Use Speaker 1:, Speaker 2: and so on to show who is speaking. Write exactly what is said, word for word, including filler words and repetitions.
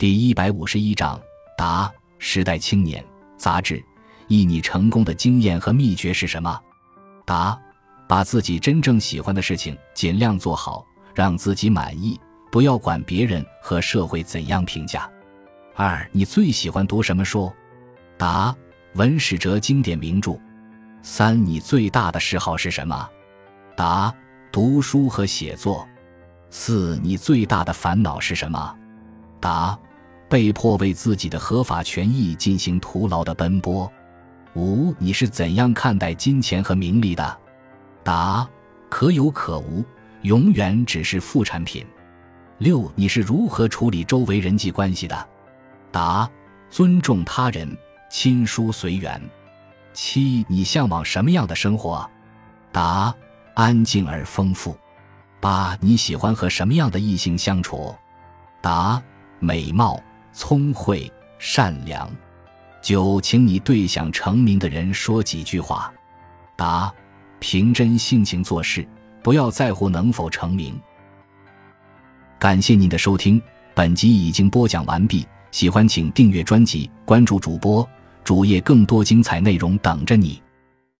Speaker 1: 第一百五十一章，答：时代青年杂志，忆你成功的经验和秘诀是什么？答：把自己真正喜欢的事情尽量做好，让自己满意，不要管别人和社会怎样评价。二，你最喜欢读什么书？答：文史哲经典名著。三，你最大的嗜好是什么？答：读书和写作。四，你最大的烦恼是什么？答：被迫为自己的合法权益进行徒劳的奔波。五，你是怎样看待金钱和名利的？答：可有可无，永远只是副产品。六，你是如何处理周围人际关系的？答：尊重他人，亲疏随缘。七，你向往什么样的生活？答：安静而丰富。八，你喜欢和什么样的异性相处？答：美貌、聪慧、善良。九，请你对想成名的人说几句话。答：凭真性情做事，不要在乎能否成名。感谢您的收听，本集已经播讲完毕，喜欢请订阅专辑，关注主播，主页更多精彩内容等着你。